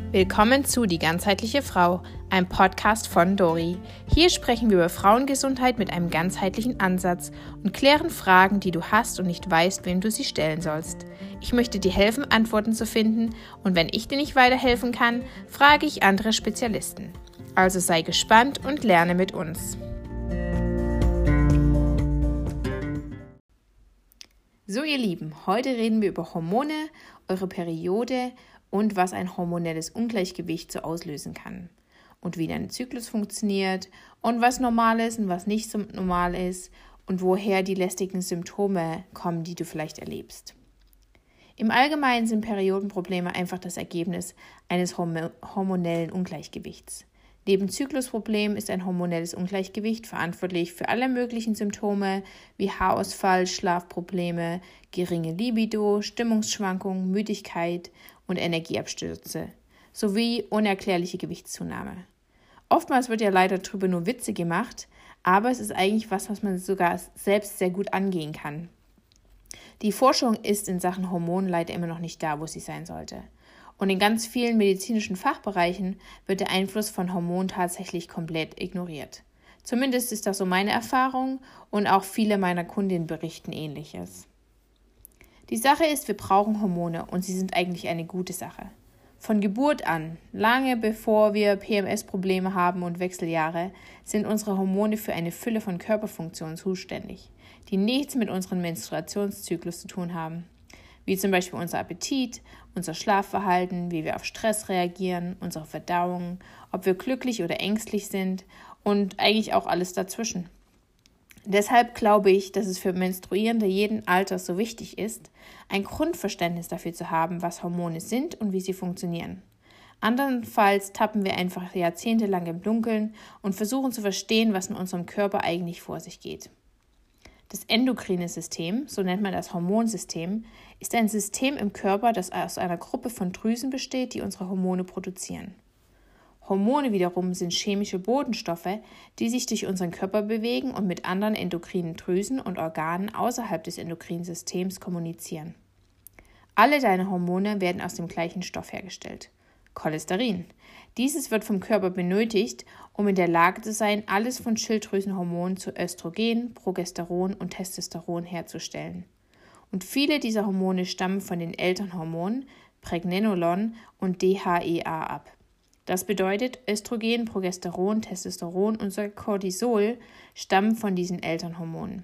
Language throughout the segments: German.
Willkommen zu Die ganzheitliche Frau, einem Podcast von Dori. Hier sprechen wir über Frauengesundheit mit einem ganzheitlichen Ansatz und klären Fragen, die du hast und nicht weißt, wem du sie stellen sollst. Ich möchte dir helfen, Antworten zu finden, und wenn ich dir nicht weiterhelfen kann, frage ich andere Spezialisten. Also sei gespannt und lerne mit uns. So ihr Lieben, heute reden wir über Hormone, eure Periode und was ein hormonelles Ungleichgewicht so auslösen kann und wie dein Zyklus funktioniert und was normal ist und was nicht so normal ist und woher die lästigen Symptome kommen, die du vielleicht erlebst. Im Allgemeinen sind Periodenprobleme einfach das Ergebnis eines hormonellen Ungleichgewichts. Neben Zyklusproblemen ist ein hormonelles Ungleichgewicht verantwortlich für alle möglichen Symptome wie Haarausfall, Schlafprobleme, geringe Libido, Stimmungsschwankungen, Müdigkeit und Energieabstürze sowie unerklärliche Gewichtszunahme. Oftmals wird ja leider darüber nur Witze gemacht, aber es ist eigentlich was man sogar selbst sehr gut angehen kann. Die Forschung ist in Sachen Hormone leider immer noch nicht da, wo sie sein sollte. Und in ganz vielen medizinischen Fachbereichen wird der Einfluss von Hormonen tatsächlich komplett ignoriert. Zumindest ist das so meine Erfahrung und auch viele meiner Kundinnen berichten Ähnliches. Die Sache ist, wir brauchen Hormone und sie sind eigentlich eine gute Sache. Von Geburt an, lange bevor wir PMS-Probleme haben und Wechseljahre, sind unsere Hormone für eine Fülle von Körperfunktionen zuständig, die nichts mit unserem Menstruationszyklus zu tun haben. Wie zum Beispiel unser Appetit, unser Schlafverhalten, wie wir auf Stress reagieren, unsere Verdauung, ob wir glücklich oder ängstlich sind und eigentlich auch alles dazwischen. Deshalb glaube ich, dass es für Menstruierende jeden Alters so wichtig ist, ein Grundverständnis dafür zu haben, was Hormone sind und wie sie funktionieren. Andernfalls tappen wir einfach jahrzehntelang im Dunkeln und versuchen zu verstehen, was in unserem Körper eigentlich vor sich geht. Das endokrine System, so nennt man das Hormonsystem, ist ein System im Körper, das aus einer Gruppe von Drüsen besteht, die unsere Hormone produzieren. Hormone wiederum sind chemische Botenstoffe, die sich durch unseren Körper bewegen und mit anderen endokrinen Drüsen und Organen außerhalb des endokrinen Systems kommunizieren. Alle deine Hormone werden aus dem gleichen Stoff hergestellt: Cholesterin. Dieses wird vom Körper benötigt, um in der Lage zu sein, alles von Schilddrüsenhormonen zu Östrogen, Progesteron und Testosteron herzustellen. Und viele dieser Hormone stammen von den Elternhormonen Pregnenolon und DHEA ab. Das bedeutet, Östrogen, Progesteron, Testosteron und Cortisol stammen von diesen Elternhormonen.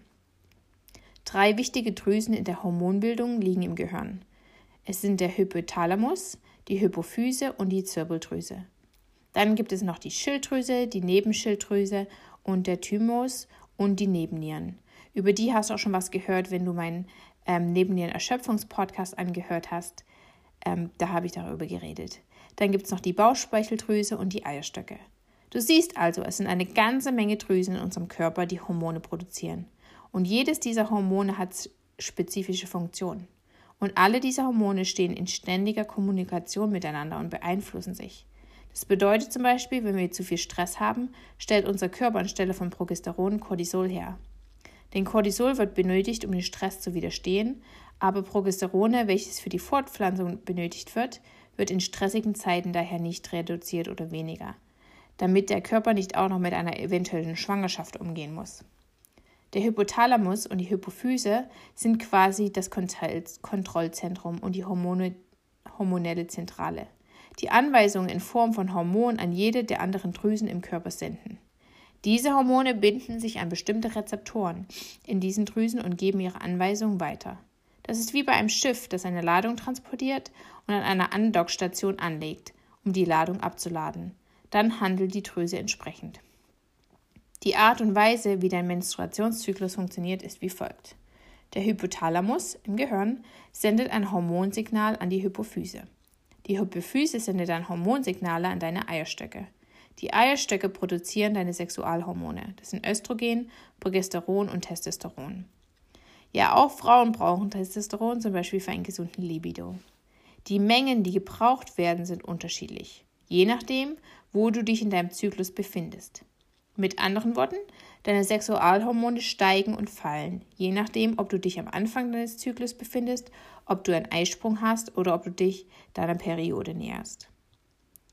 3 wichtige Drüsen in der Hormonbildung liegen im Gehirn. Es sind der Hypothalamus, die Hypophyse und die Zirbeldrüse. Dann gibt es noch die Schilddrüse, die Nebenschilddrüse und der Thymus und die Nebennieren. Über die hast du auch schon was gehört, wenn du meinen Nebennieren-Erschöpfungs-Podcast angehört hast. Da habe ich darüber geredet. Dann gibt es noch die Bauchspeicheldrüse und die Eierstöcke. Du siehst also, es sind eine ganze Menge Drüsen in unserem Körper, die Hormone produzieren. Und jedes dieser Hormone hat spezifische Funktionen. Und alle diese Hormone stehen in ständiger Kommunikation miteinander und beeinflussen sich. Das bedeutet zum Beispiel, wenn wir zu viel Stress haben, stellt unser Körper anstelle von Progesteron Cortisol her. Denn Cortisol wird benötigt, um den Stress zu widerstehen, aber Progesterone, welches für die Fortpflanzung benötigt wird in stressigen Zeiten daher nicht reduziert oder weniger, damit der Körper nicht auch noch mit einer eventuellen Schwangerschaft umgehen muss. Der Hypothalamus und die Hypophyse sind quasi das Kontrollzentrum und die hormonelle Zentrale, die Anweisungen in Form von Hormonen an jede der anderen Drüsen im Körper senden. Diese Hormone binden sich an bestimmte Rezeptoren in diesen Drüsen und geben ihre Anweisungen weiter. Das ist wie bei einem Schiff, das eine Ladung transportiert und an einer Andockstation anlegt, um die Ladung abzuladen. Dann handelt die Drüse entsprechend. Die Art und Weise, wie dein Menstruationszyklus funktioniert, ist wie folgt. Der Hypothalamus im Gehirn sendet ein Hormonsignal an die Hypophyse. Die Hypophyse sendet dann Hormonsignale an deine Eierstöcke. Die Eierstöcke produzieren deine Sexualhormone. Das sind Östrogen, Progesteron und Testosteron. Ja, auch Frauen brauchen Testosteron, zum Beispiel für einen gesunden Libido. Die Mengen, die gebraucht werden, sind unterschiedlich, je nachdem, wo du dich in deinem Zyklus befindest. Mit anderen Worten, deine Sexualhormone steigen und fallen, je nachdem, ob du dich am Anfang deines Zyklus befindest, ob du einen Eisprung hast oder ob du dich deiner Periode näherst.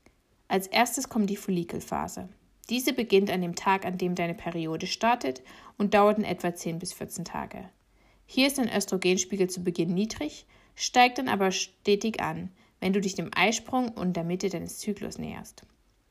Als erstes kommt die Follikelphase. Diese beginnt an dem Tag, an dem deine Periode startet und dauert in etwa 10 bis 14 Tage. Hier ist dein Östrogenspiegel zu Beginn niedrig, steigt dann aber stetig an, wenn du dich dem Eisprung und der Mitte deines Zyklus näherst.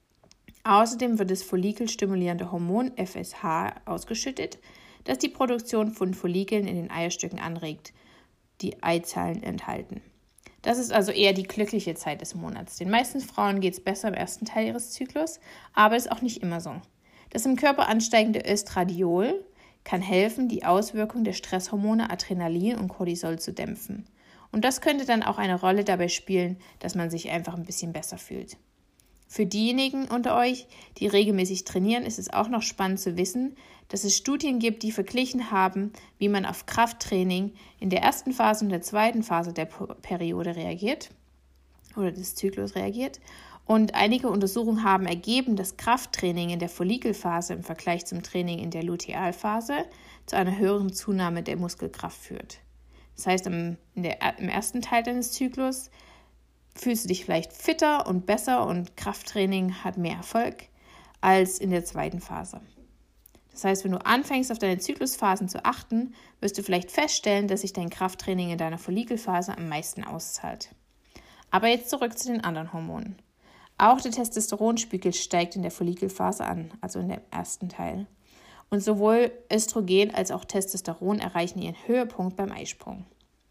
Außerdem wird das follikelstimulierende Hormon FSH ausgeschüttet, das die Produktion von Follikeln in den Eierstöcken anregt, die Eizellen enthalten. Das ist also eher die glückliche Zeit des Monats. Den meisten Frauen geht es besser im ersten Teil ihres Zyklus, aber ist auch nicht immer so. Das im Körper ansteigende Östradiol kann helfen, die Auswirkungen der Stresshormone Adrenalin und Cortisol zu dämpfen. Und das könnte dann auch eine Rolle dabei spielen, dass man sich einfach ein bisschen besser fühlt. Für diejenigen unter euch, die regelmäßig trainieren, ist es auch noch spannend zu wissen, dass es Studien gibt, die verglichen haben, wie man auf Krafttraining in der ersten Phase und der zweiten Phase der Periode reagiert oder des Zyklus reagiert. Und einige Untersuchungen haben ergeben, dass Krafttraining in der Follikelphase im Vergleich zum Training in der Lutealphase zu einer höheren Zunahme der Muskelkraft führt. Das heißt, im ersten Teil deines Zyklus fühlst du dich vielleicht fitter und besser und Krafttraining hat mehr Erfolg als in der zweiten Phase. Das heißt, wenn du anfängst, auf deine Zyklusphasen zu achten, wirst du vielleicht feststellen, dass sich dein Krafttraining in deiner Follikelphase am meisten auszahlt. Aber jetzt zurück zu den anderen Hormonen. Auch der Testosteronspiegel steigt in der Follikelphase an, also in dem ersten Teil. Und sowohl Östrogen als auch Testosteron erreichen ihren Höhepunkt beim Eisprung.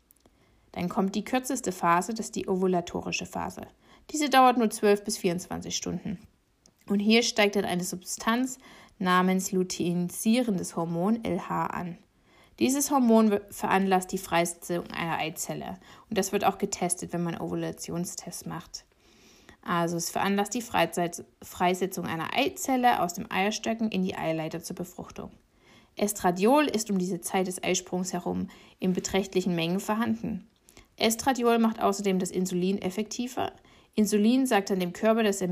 Dann kommt die kürzeste Phase, das ist die ovulatorische Phase. Diese dauert nur 12 bis 24 Stunden. Und hier steigt dann eine Substanz namens luteinisierendes Hormon LH an. Dieses Hormon veranlasst die Freisetzung einer Eizelle. Und das wird auch getestet, wenn man Ovulationstests macht. Also es veranlasst die Freisetzung einer Eizelle aus dem Eierstöcken in die Eileiter zur Befruchtung. Estradiol ist um diese Zeit des Eisprungs herum in beträchtlichen Mengen vorhanden. Estradiol macht außerdem das Insulin effektiver. Insulin sagt dann dem Körper, dass er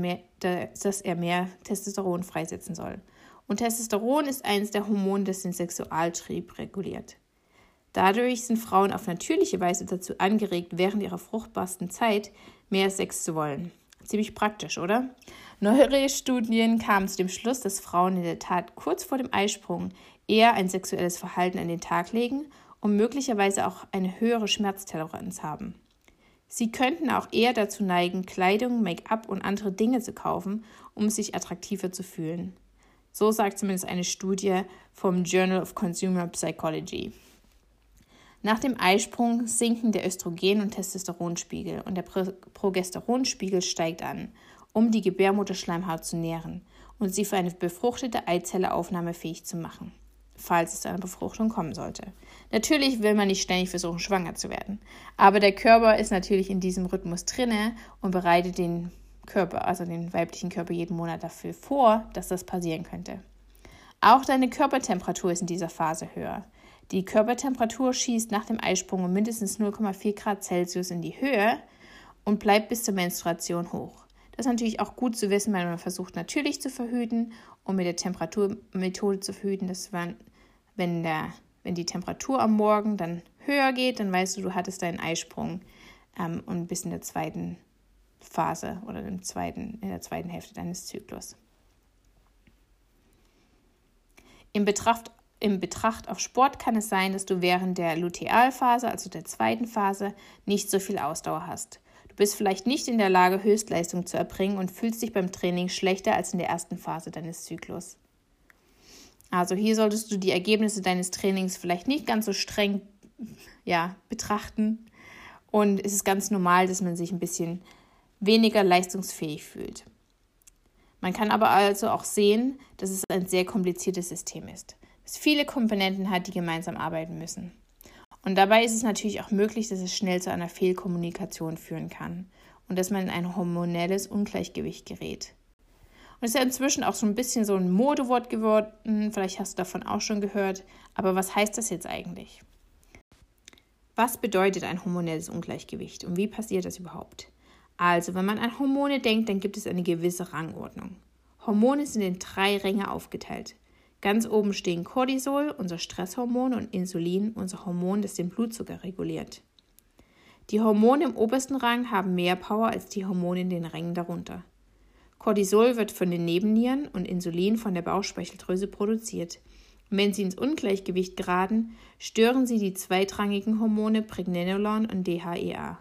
mehr Testosteron freisetzen soll. Und Testosteron ist eines der Hormone, das den Sexualtrieb reguliert. Dadurch sind Frauen auf natürliche Weise dazu angeregt, während ihrer fruchtbarsten Zeit mehr Sex zu wollen. Ziemlich praktisch, oder? Neuere Studien kamen zu dem Schluss, dass Frauen in der Tat kurz vor dem Eisprung eher ein sexuelles Verhalten an den Tag legen und möglicherweise auch eine höhere Schmerztoleranz haben. Sie könnten auch eher dazu neigen, Kleidung, Make-up und andere Dinge zu kaufen, um sich attraktiver zu fühlen. So sagt zumindest eine Studie vom Journal of Consumer Psychology. Nach dem Eisprung sinken der Östrogen- und Testosteronspiegel und der Progesteronspiegel steigt an, um die Gebärmutterschleimhaut zu nähren und sie für eine befruchtete Eizelle aufnahmefähig zu machen, falls es zu einer Befruchtung kommen sollte. Natürlich will man nicht ständig versuchen, schwanger zu werden, aber der Körper ist natürlich in diesem Rhythmus drinne und bereitet den Körper, also den weiblichen Körper, jeden Monat dafür vor, dass das passieren könnte. Auch deine Körpertemperatur ist in dieser Phase höher. Die Körpertemperatur schießt nach dem Eisprung um mindestens 0,4 Grad Celsius in die Höhe und bleibt bis zur Menstruation hoch. Das ist natürlich auch gut zu wissen, wenn man versucht, natürlich zu verhüten und mit der Temperaturmethode zu verhüten, dass wenn die Temperatur am Morgen dann höher geht, dann weißt du hattest deinen Eisprung und bist in der zweiten Phase oder in der zweiten Hälfte deines Zyklus. In Betracht auf Sport kann es sein, dass du während der Lutealphase, also der zweiten Phase, nicht so viel Ausdauer hast. Du bist vielleicht nicht in der Lage, Höchstleistung zu erbringen und fühlst dich beim Training schlechter als in der ersten Phase deines Zyklus. Also hier solltest du die Ergebnisse deines Trainings vielleicht nicht ganz so streng betrachten. Und es ist ganz normal, dass man sich ein bisschen weniger leistungsfähig fühlt. Man kann aber also auch sehen, dass es ein sehr kompliziertes System ist, das viele Komponenten hat, die gemeinsam arbeiten müssen. Und dabei ist es natürlich auch möglich, dass es schnell zu einer Fehlkommunikation führen kann und dass man in ein hormonelles Ungleichgewicht gerät. Und es ist ja inzwischen auch so ein bisschen so ein Modewort geworden, vielleicht hast du davon auch schon gehört, aber was heißt das jetzt eigentlich? Was bedeutet ein hormonelles Ungleichgewicht und wie passiert das überhaupt? Also, wenn man an Hormone denkt, dann gibt es eine gewisse Rangordnung. Hormone sind in 3 Ränge aufgeteilt. Ganz oben stehen Cortisol, unser Stresshormon, und Insulin, unser Hormon, das den Blutzucker reguliert. Die Hormone im obersten Rang haben mehr Power als die Hormone in den Rängen darunter. Cortisol wird von den Nebennieren und Insulin von der Bauchspeicheldrüse produziert. Und wenn sie ins Ungleichgewicht geraten, stören sie die zweitrangigen Hormone Pregnenolon und DHEA.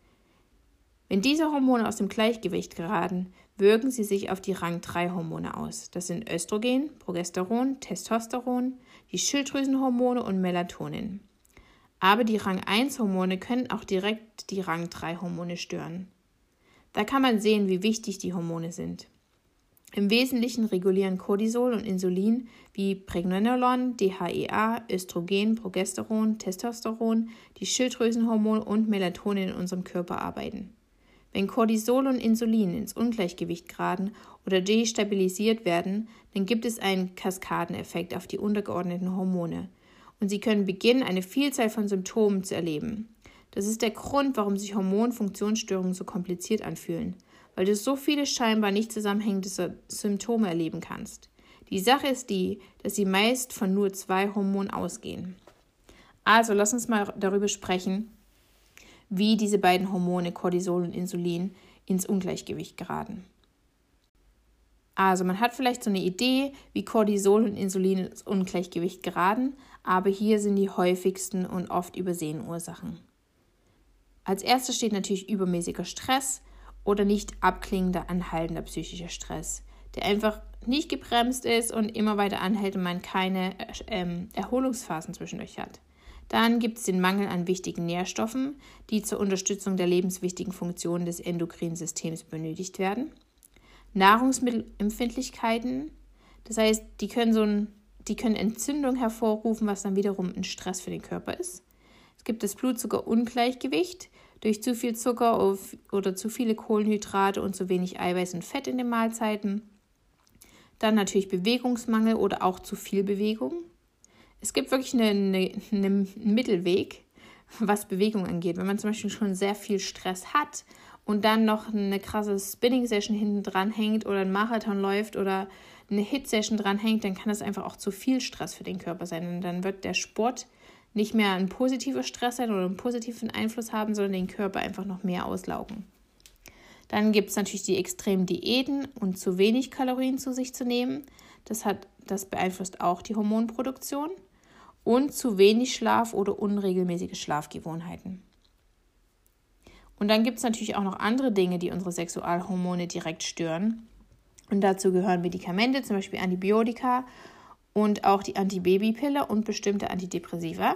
Wenn diese Hormone aus dem Gleichgewicht geraten, wirken sie sich auf die Rang-3-Hormone aus. Das sind Östrogen, Progesteron, Testosteron, die Schilddrüsenhormone und Melatonin. Aber die Rang-1-Hormone können auch direkt die Rang-3-Hormone stören. Da kann man sehen, wie wichtig die Hormone sind. Im Wesentlichen regulieren Cortisol und Insulin wie Pregnenolon, DHEA, Östrogen, Progesteron, Testosteron, die Schilddrüsenhormone und Melatonin in unserem Körper arbeiten. Wenn Cortisol und Insulin ins Ungleichgewicht geraten oder destabilisiert werden, dann gibt es einen Kaskadeneffekt auf die untergeordneten Hormone und sie können beginnen, eine Vielzahl von Symptomen zu erleben. Das ist der Grund, warum sich Hormonfunktionsstörungen so kompliziert anfühlen, weil du so viele scheinbar nicht zusammenhängende Symptome erleben kannst. Die Sache ist die, dass sie meist von nur 2 Hormonen ausgehen. Also lass uns mal darüber sprechen, wie diese beiden Hormone Cortisol und Insulin ins Ungleichgewicht geraten. Also man hat vielleicht so eine Idee, wie Cortisol und Insulin ins Ungleichgewicht geraten, aber hier sind die häufigsten und oft übersehenen Ursachen. Als erstes steht natürlich übermäßiger Stress oder nicht abklingender, anhaltender psychischer Stress, der einfach nicht gebremst ist und immer weiter anhält und man keine Erholungsphasen zwischendurch hat. Dann gibt es den Mangel an wichtigen Nährstoffen, die zur Unterstützung der lebenswichtigen Funktionen des endokrinen Systems benötigt werden. Nahrungsmittelempfindlichkeiten, das heißt, die können Entzündung hervorrufen, was dann wiederum ein Stress für den Körper ist. Es gibt das Blutzuckerungleichgewicht durch zu viel Zucker oder zu viele Kohlenhydrate und zu wenig Eiweiß und Fett in den Mahlzeiten. Dann natürlich Bewegungsmangel oder auch zu viel Bewegung. Es gibt wirklich einen Mittelweg, was Bewegung angeht. Wenn man zum Beispiel schon sehr viel Stress hat und dann noch eine krasse Spinning-Session hinten dran hängt oder ein Marathon läuft oder eine Hit-Session dran hängt, dann kann das einfach auch zu viel Stress für den Körper sein. Und dann wird der Sport nicht mehr ein positiver Stress sein oder einen positiven Einfluss haben, sondern den Körper einfach noch mehr auslaugen. Dann gibt es natürlich die extremen Diäten und zu wenig Kalorien zu sich zu nehmen. Das beeinflusst auch die Hormonproduktion. Und zu wenig Schlaf oder unregelmäßige Schlafgewohnheiten. Und dann gibt es natürlich auch noch andere Dinge, die unsere Sexualhormone direkt stören. Und dazu gehören Medikamente, zum Beispiel Antibiotika und auch die Antibabypille und bestimmte Antidepressiva.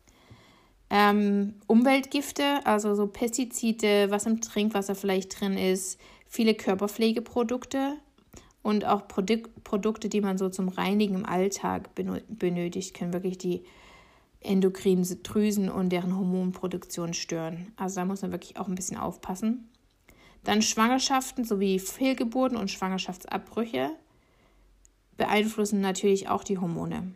Umweltgifte, also so Pestizide, was im Trinkwasser vielleicht drin ist, viele Körperpflegeprodukte und auch Produkte, die man so zum Reinigen im Alltag benötigt, können wirklich die endokrinen Drüsen und deren Hormonproduktion stören. Also da muss man wirklich auch ein bisschen aufpassen. Dann Schwangerschaften sowie Fehlgeburten und Schwangerschaftsabbrüche beeinflussen natürlich auch die Hormone.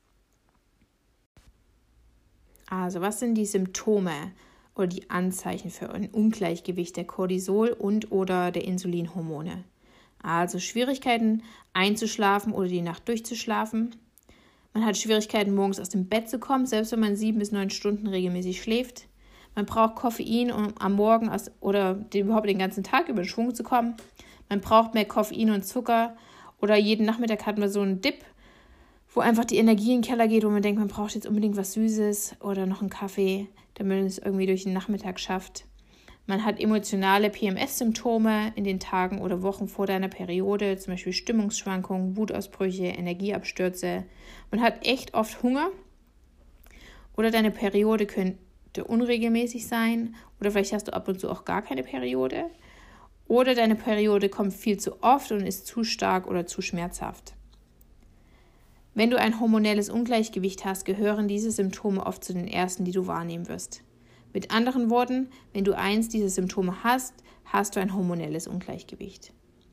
Also was sind die Symptome oder die Anzeichen für ein Ungleichgewicht der Cortisol- und oder der Insulinhormone? Also Schwierigkeiten einzuschlafen oder die Nacht durchzuschlafen. Man hat Schwierigkeiten, morgens aus dem Bett zu kommen, selbst wenn man 7 bis 9 Stunden regelmäßig schläft. Man braucht Koffein, um am Morgen oder überhaupt den ganzen Tag über den Schwung zu kommen. Man braucht mehr Koffein und Zucker. Oder jeden Nachmittag hat man so einen Dip, wo einfach die Energie in den Keller geht, wo man denkt, man braucht jetzt unbedingt was Süßes oder noch einen Kaffee, damit man es irgendwie durch den Nachmittag schafft. Man hat emotionale PMS-Symptome in den Tagen oder Wochen vor deiner Periode, zum Beispiel Stimmungsschwankungen, Wutausbrüche, Energieabstürze. Man hat echt oft Hunger oder deine Periode könnte unregelmäßig sein oder vielleicht hast du ab und zu auch gar keine Periode oder deine Periode kommt viel zu oft und ist zu stark oder zu schmerzhaft. Wenn du ein hormonelles Ungleichgewicht hast, gehören diese Symptome oft zu den ersten, die du wahrnehmen wirst. Mit anderen Worten, wenn du eins dieser Symptome hast, hast du ein hormonelles Ungleichgewicht.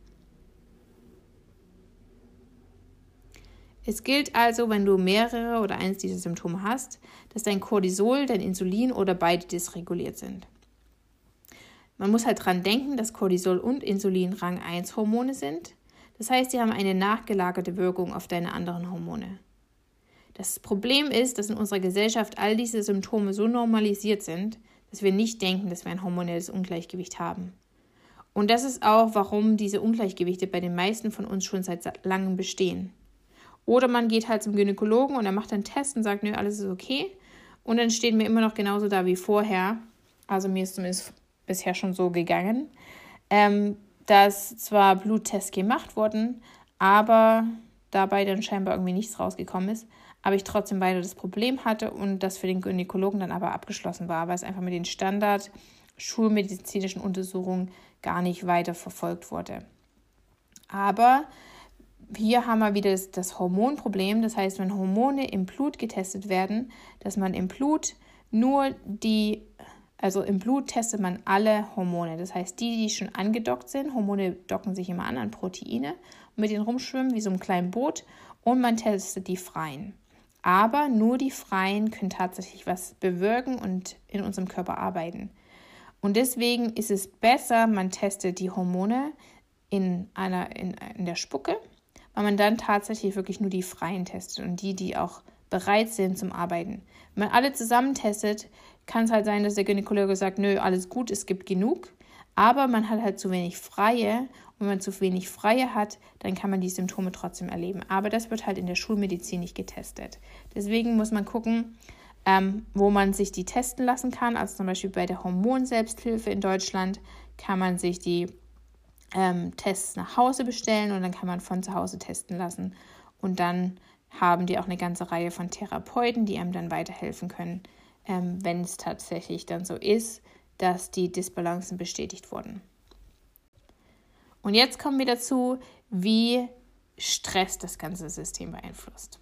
Es gilt also, wenn du mehrere oder eins dieser Symptome hast, dass dein Cortisol, dein Insulin oder beide dysreguliert sind. Man muss halt dran denken, dass Cortisol und Insulin Rang 1 Hormone sind. Das heißt, sie haben eine nachgelagerte Wirkung auf deine anderen Hormone. Das Problem ist, dass in unserer Gesellschaft all diese Symptome so normalisiert sind, dass wir nicht denken, dass wir ein hormonelles Ungleichgewicht haben. Und das ist auch, warum diese Ungleichgewichte bei den meisten von uns schon seit langem bestehen. Oder man geht halt zum Gynäkologen und er macht einen Test und sagt, nö, alles ist okay. Und dann stehen wir immer noch genauso da wie vorher. Also mir ist zumindest bisher schon so gegangen, dass zwar Bluttests gemacht wurden, aber dabei dann scheinbar irgendwie nichts rausgekommen ist, aber ich trotzdem weiter das Problem hatte und das für den Gynäkologen dann aber abgeschlossen war, weil es einfach mit den Standard-schulmedizinischen Untersuchungen gar nicht weiter verfolgt wurde. Aber hier haben wir wieder das Hormonproblem. Das heißt, wenn Hormone im Blut getestet werden, dass man im Blut im Blut testet man alle Hormone. Das heißt, die schon angedockt sind, Hormone docken sich immer an Proteine und mit denen rumschwimmen wie so einem kleinen Boot und man testet die Freien. Aber nur die Freien können tatsächlich was bewirken und in unserem Körper arbeiten. Und deswegen ist es besser, man testet die Hormone in der Spucke, weil man dann tatsächlich wirklich nur die Freien testet und die auch bereit sind zum Arbeiten. Wenn man alle zusammen testet, kann es halt sein, dass der Gynäkologe sagt, nö, alles gut, es gibt genug, aber man hat halt zu wenig Freie. Und wenn man zu wenig Freie hat, dann kann man die Symptome trotzdem erleben. Aber das wird halt in der Schulmedizin nicht getestet. Deswegen muss man gucken, wo man sich die testen lassen kann. Also zum Beispiel bei der Hormonselbsthilfe in Deutschland kann man sich die Tests nach Hause bestellen und dann kann man von zu Hause testen lassen. Und dann haben die auch eine ganze Reihe von Therapeuten, die einem dann weiterhelfen können, wenn es tatsächlich dann so ist, dass die Disbalancen bestätigt wurden. Und jetzt kommen wir dazu, wie Stress das ganze System beeinflusst.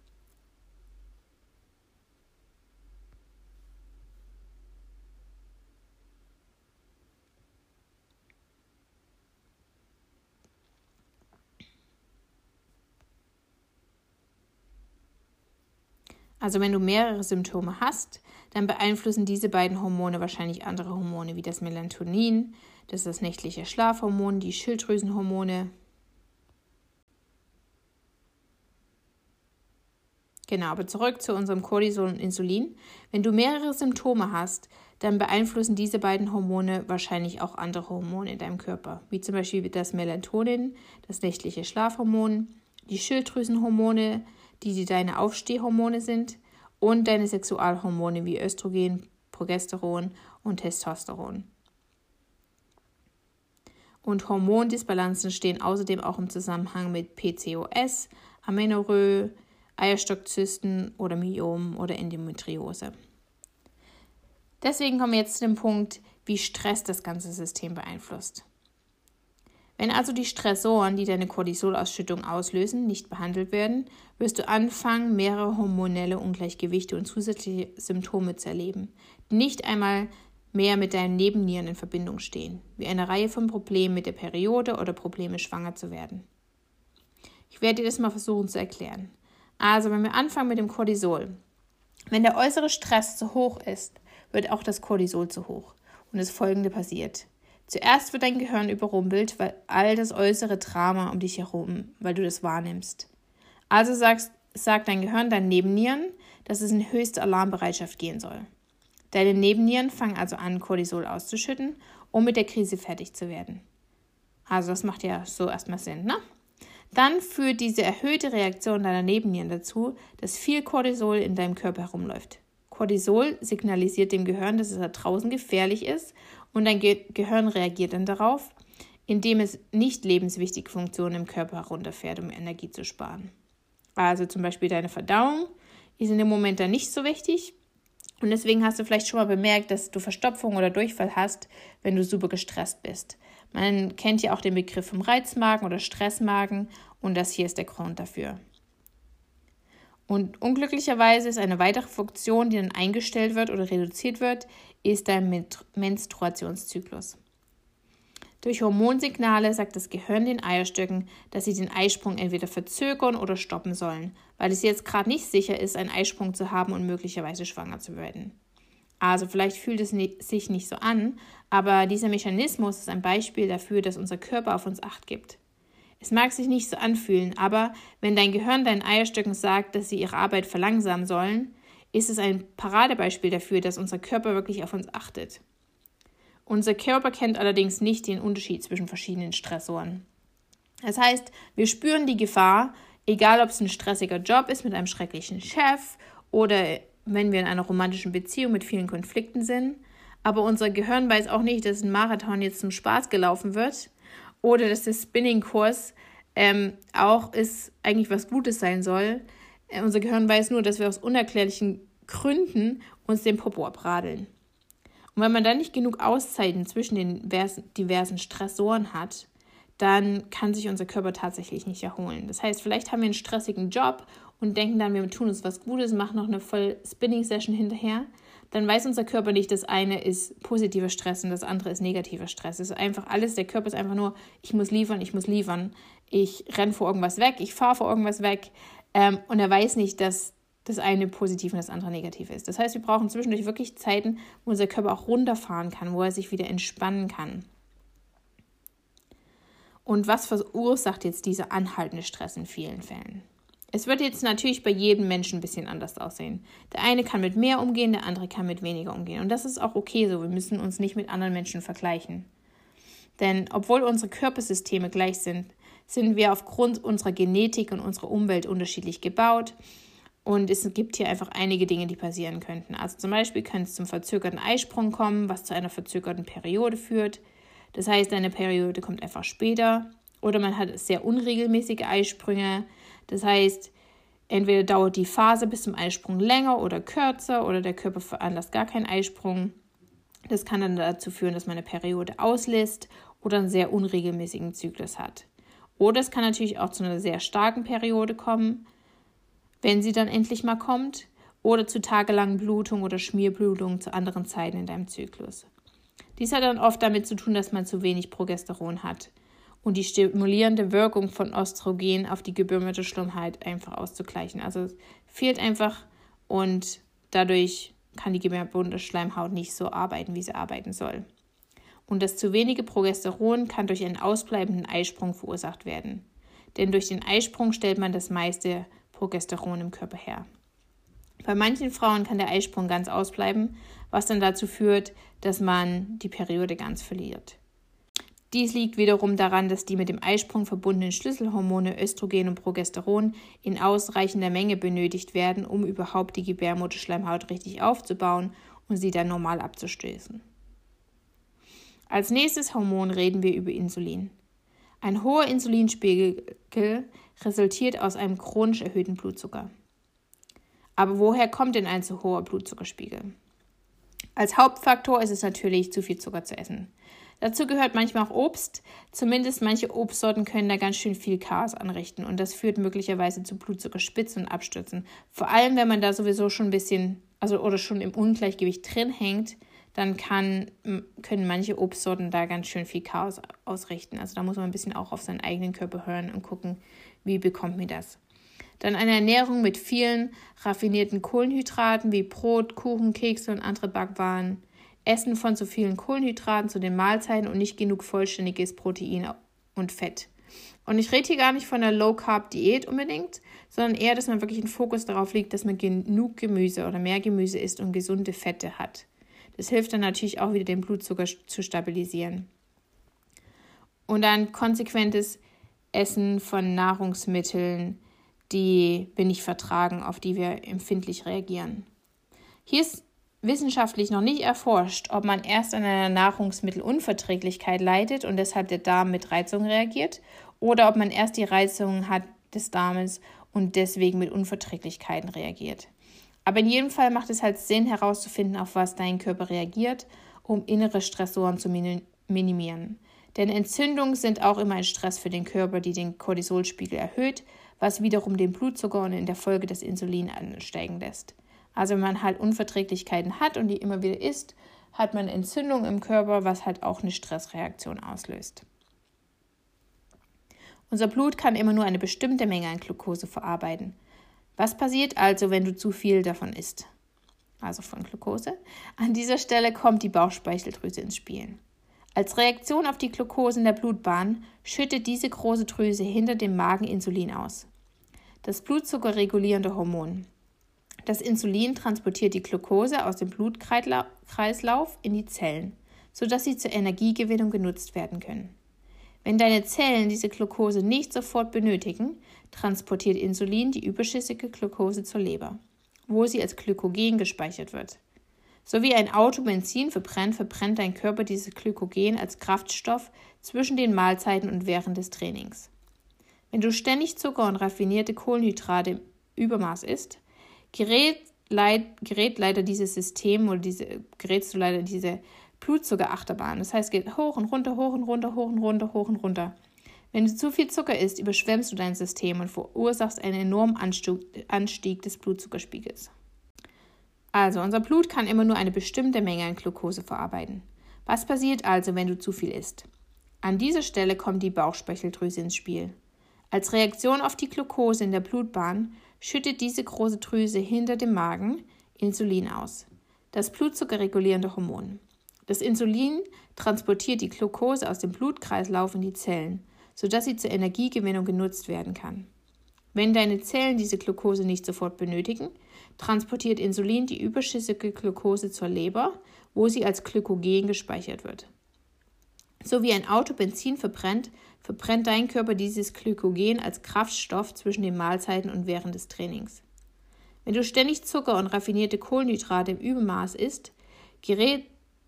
Also wenn du mehrere Symptome hast, dann beeinflussen diese beiden Hormone wahrscheinlich andere Hormone, wie das Melatonin, das ist das nächtliche Schlafhormon, die Schilddrüsenhormone. Genau, aber zurück zu unserem Cortisol und Insulin. Wenn du mehrere Symptome hast, dann beeinflussen diese beiden Hormone wahrscheinlich auch andere Hormone in deinem Körper, wie zum Beispiel das Melatonin, das nächtliche Schlafhormon, die Schilddrüsenhormone, die deine Aufstehhormone sind, und deine Sexualhormone wie Östrogen, Progesteron und Testosteron. Und Hormondisbalancen stehen außerdem auch im Zusammenhang mit PCOS, Amenorrhoe, Eierstockzysten oder Myomen oder Endometriose. Deswegen kommen wir jetzt zu dem Punkt, wie Stress das ganze System beeinflusst. Wenn also die Stressoren, die deine Cortisolausschüttung auslösen, nicht behandelt werden, wirst du anfangen, mehrere hormonelle Ungleichgewichte und zusätzliche Symptome zu erleben, die nicht einmal mehr mit deinen Nebennieren in Verbindung stehen, wie eine Reihe von Problemen mit der Periode oder Probleme, schwanger zu werden. Ich werde dir das mal versuchen zu erklären. Also, wenn wir anfangen mit dem Cortisol. Wenn der äußere Stress zu hoch ist, wird auch das Cortisol zu hoch und das Folgende passiert. Zuerst wird dein Gehirn überrumpelt, weil all das äußere Drama um dich herum, weil du das wahrnimmst. Also sagt dein Gehirn deinen Nebennieren, dass es in höchste Alarmbereitschaft gehen soll. Deine Nebennieren fangen also an, Cortisol auszuschütten, um mit der Krise fertig zu werden. Also das macht ja so erstmal Sinn, ne? Dann führt diese erhöhte Reaktion deiner Nebennieren dazu, dass viel Cortisol in deinem Körper herumläuft. Cortisol signalisiert dem Gehirn, dass es da draußen gefährlich ist und dein Gehirn reagiert dann darauf, indem es nicht lebenswichtige Funktionen im Körper herunterfährt, um Energie zu sparen. Also zum Beispiel deine Verdauung ist in dem Moment dann nicht so wichtig und deswegen hast du vielleicht schon mal bemerkt, dass du Verstopfung oder Durchfall hast, wenn du super gestresst bist. Man kennt ja auch den Begriff vom Reizmagen oder Stressmagen und das hier ist der Grund dafür. Und unglücklicherweise ist eine weitere Funktion, die dann eingestellt wird oder reduziert wird, ist dein Menstruationszyklus. Durch Hormonsignale sagt das Gehirn den Eierstöcken, dass sie den Eisprung entweder verzögern oder stoppen sollen, weil es jetzt gerade nicht sicher ist, einen Eisprung zu haben und möglicherweise schwanger zu werden. Also vielleicht fühlt es sich nicht so an, aber dieser Mechanismus ist ein Beispiel dafür, dass unser Körper auf uns Acht gibt. Es mag sich nicht so anfühlen, aber wenn dein Gehirn deinen Eierstöcken sagt, dass sie ihre Arbeit verlangsamen sollen, ist es ein Paradebeispiel dafür, dass unser Körper wirklich auf uns achtet. Unser Körper kennt allerdings nicht den Unterschied zwischen verschiedenen Stressoren. Das heißt, wir spüren die Gefahr, egal ob es ein stressiger Job ist mit einem schrecklichen Chef oder wenn wir in einer romantischen Beziehung mit vielen Konflikten sind. Aber unser Gehirn weiß auch nicht, dass ein Marathon jetzt zum Spaß gelaufen wird oder dass der Spinning-Kurs auch eigentlich was Gutes sein soll. Unser Gehirn weiß nur, dass wir aus unerklärlichen Gründen uns den Popo abradeln. Und wenn man dann nicht genug Auszeiten zwischen den diversen Stressoren hat, dann kann sich unser Körper tatsächlich nicht erholen. Das heißt, vielleicht haben wir einen stressigen Job und denken dann, wir tun uns was Gutes, machen noch eine voll Spinning-Session hinterher. Dann weiß unser Körper nicht, das eine ist positiver Stress und das andere ist negativer Stress. Es ist einfach alles, der Körper ist einfach nur, ich muss liefern. Ich renne vor irgendwas weg, ich fahre vor irgendwas weg und er weiß nicht, dass das eine positiv und das andere negativ ist. Das heißt, wir brauchen zwischendurch wirklich Zeiten, wo unser Körper auch runterfahren kann, wo er sich wieder entspannen kann. Und was verursacht jetzt dieser anhaltende Stress in vielen Fällen? Es wird jetzt natürlich bei jedem Menschen ein bisschen anders aussehen. Der eine kann mit mehr umgehen, der andere kann mit weniger umgehen. Und das ist auch okay so. Wir müssen uns nicht mit anderen Menschen vergleichen. Denn obwohl unsere Körpersysteme gleich sind, sind wir aufgrund unserer Genetik und unserer Umwelt unterschiedlich gebaut. Und es gibt hier einfach einige Dinge, die passieren könnten. Also zum Beispiel könnte es zum verzögerten Eisprung kommen, was zu einer verzögerten Periode führt. Das heißt, eine Periode kommt einfach später. Oder man hat sehr unregelmäßige Eisprünge. Das heißt, entweder dauert die Phase bis zum Eisprung länger oder kürzer oder der Körper veranlasst gar keinen Eisprung. Das kann dann dazu führen, dass man eine Periode auslässt oder einen sehr unregelmäßigen Zyklus hat. Oder es kann natürlich auch zu einer sehr starken Periode kommen, wenn sie dann endlich mal kommt, oder zu tagelangen Blutungen oder Schmierbblutungen zu anderen Zeiten in deinem Zyklus. Dies hat dann oft damit zu tun, dass man zu wenig Progesteron hat und die stimulierende Wirkung von Östrogen auf die Gebärmutterschleimhaut einfach auszugleichen. Also es fehlt einfach und dadurch kann die Gebärmutterschleimhaut nicht so arbeiten, wie sie arbeiten soll. Und das zu wenige Progesteron kann durch einen ausbleibenden Eisprung verursacht werden. Denn durch den Eisprung stellt man das meiste Progesteron im Körper her. Bei manchen Frauen kann der Eisprung ganz ausbleiben, was dann dazu führt, dass man die Periode ganz verliert. Dies liegt wiederum daran, dass die mit dem Eisprung verbundenen Schlüsselhormone Östrogen und Progesteron in ausreichender Menge benötigt werden, um überhaupt die Gebärmutterschleimhaut richtig aufzubauen und sie dann normal abzustößen. Als nächstes Hormon reden wir über Insulin. Ein hoher Insulinspiegel resultiert aus einem chronisch erhöhten Blutzucker. Aber woher kommt denn ein zu hoher Blutzuckerspiegel? Als Hauptfaktor ist es natürlich, zu viel Zucker zu essen. Dazu gehört manchmal auch Obst. Zumindest manche Obstsorten können da ganz schön viel Chaos anrichten und das führt möglicherweise zu Blutzuckerspitzen und Abstürzen. Vor allem, wenn man da sowieso schon ein bisschen, oder schon im Ungleichgewicht drin hängt, dann können manche Obstsorten da ganz schön viel Chaos ausrichten. Also da muss man ein bisschen auch auf seinen eigenen Körper hören und gucken, wie bekommt mir das. Dann eine Ernährung mit vielen raffinierten Kohlenhydraten wie Brot, Kuchen, Kekse und andere Backwaren. Essen von zu vielen Kohlenhydraten zu den Mahlzeiten und nicht genug vollständiges Protein und Fett. Und ich rede hier gar nicht von einer Low-Carb-Diät unbedingt, sondern eher, dass man wirklich einen Fokus darauf legt, dass man genug Gemüse oder mehr Gemüse isst und gesunde Fette hat. Das hilft dann natürlich auch wieder, den Blutzucker zu stabilisieren. Und dann konsequentes Essen von Nahrungsmitteln, die wir nicht vertragen, auf die wir empfindlich reagieren. Hier ist wissenschaftlich noch nicht erforscht, ob man erst an einer Nahrungsmittelunverträglichkeit leidet und deshalb der Darm mit Reizung reagiert oder ob man erst die Reizung hat des Darmes und deswegen mit Unverträglichkeiten reagiert. Aber in jedem Fall macht es halt Sinn, herauszufinden, auf was dein Körper reagiert, um innere Stressoren zu minimieren. Denn Entzündungen sind auch immer ein Stress für den Körper, die den Cortisolspiegel erhöht, was wiederum den Blutzucker und in der Folge das Insulin ansteigen lässt. Also wenn man halt Unverträglichkeiten hat und die immer wieder isst, hat man Entzündung im Körper, was halt auch eine Stressreaktion auslöst. Unser Blut kann immer nur eine bestimmte Menge an Glucose verarbeiten. Was passiert also, wenn du zu viel davon isst? Also von Glucose. An dieser Stelle kommt die Bauchspeicheldrüse ins Spiel. Als Reaktion auf die Glucose in der Blutbahn schüttet diese große Drüse hinter dem Magen Insulin aus. Das blutzuckerregulierende Hormon. Das Insulin transportiert die Glucose aus dem Blutkreislauf in die Zellen, sodass sie zur Energiegewinnung genutzt werden können. Wenn deine Zellen diese Glucose nicht sofort benötigen, transportiert Insulin die überschüssige Glucose zur Leber, wo sie als Glykogen gespeichert wird. So wie ein Auto Benzin verbrennt dein Körper dieses Glykogen als Kraftstoff zwischen den Mahlzeiten und während des Trainings. Wenn du ständig Zucker und raffinierte Kohlenhydrate im Übermaß isst, gerätst du leider in diese Blutzuckerachterbahn. Das heißt, es geht hoch und runter, hoch und runter, hoch und runter, hoch und runter. Wenn du zu viel Zucker isst, überschwemmst du dein System und verursachst einen enormen Anstieg des Blutzuckerspiegels. Also, unser Blut kann immer nur eine bestimmte Menge an Glucose verarbeiten. Was passiert also, wenn du zu viel isst? An dieser Stelle kommt die Bauchspeicheldrüse ins Spiel. Als Reaktion auf die Glucose in der Blutbahn schüttet diese große Drüse hinter dem Magen Insulin aus, das blutzuckerregulierende Hormon. Das Insulin transportiert die Glucose aus dem Blutkreislauf in die Zellen, sodass sie zur Energiegewinnung genutzt werden kann. Wenn deine Zellen diese Glucose nicht sofort benötigen, transportiert Insulin die überschüssige Glucose zur Leber, wo sie als Glykogen gespeichert wird. So wie ein Auto Benzin verbrennt dein Körper dieses Glykogen als Kraftstoff zwischen den Mahlzeiten und während des Trainings. Wenn du ständig Zucker und raffinierte Kohlenhydrate im Übermaß isst, gerätst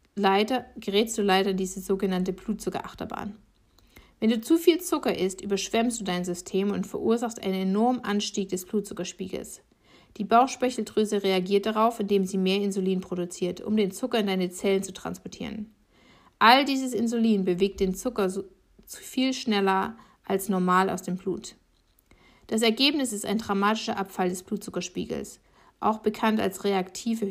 du leider in diese sogenannte Blutzuckerachterbahn. Wenn du zu viel Zucker isst, überschwemmst du dein System und verursachst einen enormen Anstieg des Blutzuckerspiegels. Die Bauchspeicheldrüse reagiert darauf, indem sie mehr Insulin produziert, um den Zucker in deine Zellen zu transportieren. All dieses Insulin bewegt den Zucker viel schneller als normal aus dem Blut. Das Ergebnis ist ein dramatischer Abfall des Blutzuckerspiegels, auch bekannt als reaktive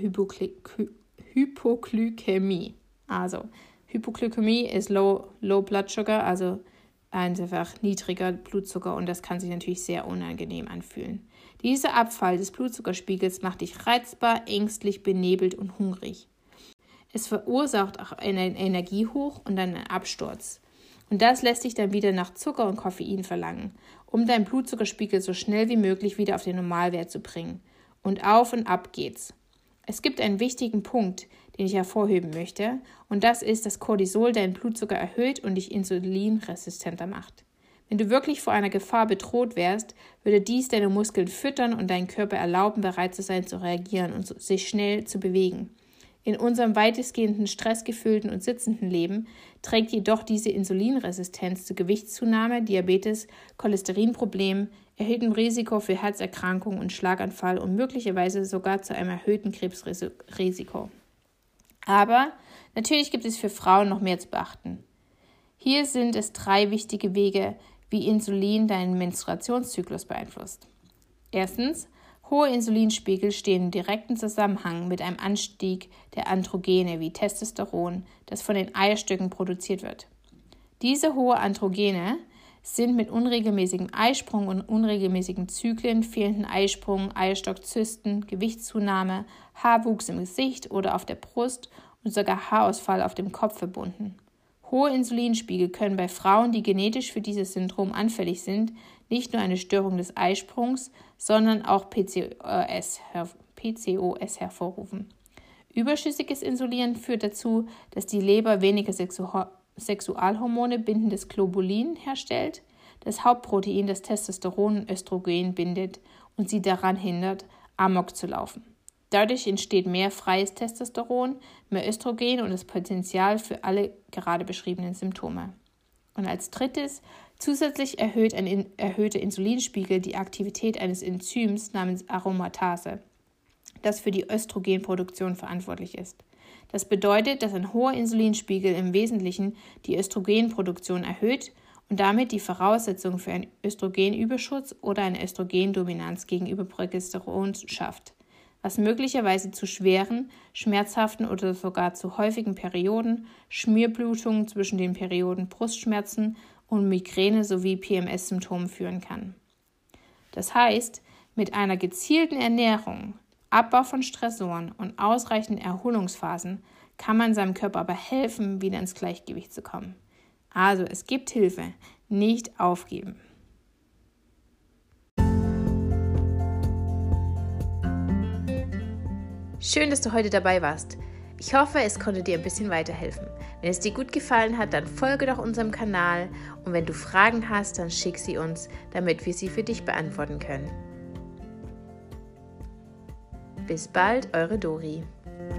Hypoglykämie. Also, Hypoglykämie ist Low Blood Sugar, also einfach niedriger Blutzucker, und das kann sich natürlich sehr unangenehm anfühlen. Dieser Abfall des Blutzuckerspiegels macht dich reizbar, ängstlich, benebelt und hungrig. Es verursacht auch einen Energiehoch und einen Absturz. Und das lässt dich dann wieder nach Zucker und Koffein verlangen, um deinen Blutzuckerspiegel so schnell wie möglich wieder auf den Normalwert zu bringen. Und auf und ab geht's. Es gibt einen wichtigen Punkt, den ich hervorheben möchte, und das ist, dass Cortisol deinen Blutzucker erhöht und dich insulinresistenter macht. Wenn du wirklich vor einer Gefahr bedroht wärst, würde dies deine Muskeln füttern und deinen Körper erlauben, bereit zu sein, zu reagieren und sich schnell zu bewegen. In unserem weitestgehenden stressgefüllten und sitzenden Leben trägt jedoch diese Insulinresistenz zu Gewichtszunahme, Diabetes, Cholesterinproblemen, erhöhtem Risiko für Herzerkrankungen und Schlaganfall und möglicherweise sogar zu einem erhöhten Krebsrisiko. Aber natürlich gibt es für Frauen noch mehr zu beachten. Hier sind es 3 wichtige Wege, wie Insulin deinen Menstruationszyklus beeinflusst. Erstens: hohe Insulinspiegel stehen im direkten Zusammenhang mit einem Anstieg der Androgene wie Testosteron, das von den Eierstöcken produziert wird. Diese hohen Androgene sind mit unregelmäßigem Eisprung und unregelmäßigen Zyklen, fehlenden Eisprung, Eierstockzysten, Gewichtszunahme, Haarwuchs im Gesicht oder auf der Brust und sogar Haarausfall auf dem Kopf verbunden. Hohe Insulinspiegel können bei Frauen, die genetisch für dieses Syndrom anfällig sind, nicht nur eine Störung des Eisprungs, sondern auch PCOS hervorrufen. Überschüssiges Insulin führt dazu, dass die Leber weniger Sexualhormone bindendes Globulin herstellt, das Hauptprotein, das Testosteron und Östrogen bindet und sie daran hindert, Amok zu laufen. Dadurch entsteht mehr freies Testosteron, mehr Östrogen und das Potenzial für alle gerade beschriebenen Symptome. Und als drittes: zusätzlich erhöht ein erhöhter Insulinspiegel die Aktivität eines Enzyms namens Aromatase, das für die Östrogenproduktion verantwortlich ist. Das bedeutet, dass ein hoher Insulinspiegel im Wesentlichen die Östrogenproduktion erhöht und damit die Voraussetzung für einen Östrogenüberschuss oder eine Östrogendominanz gegenüber Progesteron schafft, was möglicherweise zu schweren, schmerzhaften oder sogar zu häufigen Perioden, Schmierblutungen zwischen den Perioden, Brustschmerzen und Migräne sowie PMS-Symptomen führen kann. Das heißt, mit einer gezielten Ernährung, Abbau von Stressoren und ausreichenden Erholungsphasen kann man seinem Körper aber helfen, wieder ins Gleichgewicht zu kommen. Also, es gibt Hilfe, nicht aufgeben. Schön, dass du heute dabei warst. Ich hoffe, es konnte dir ein bisschen weiterhelfen. Wenn es dir gut gefallen hat, dann folge doch unserem Kanal und wenn du Fragen hast, dann schick sie uns, damit wir sie für dich beantworten können. Bis bald, eure Dori.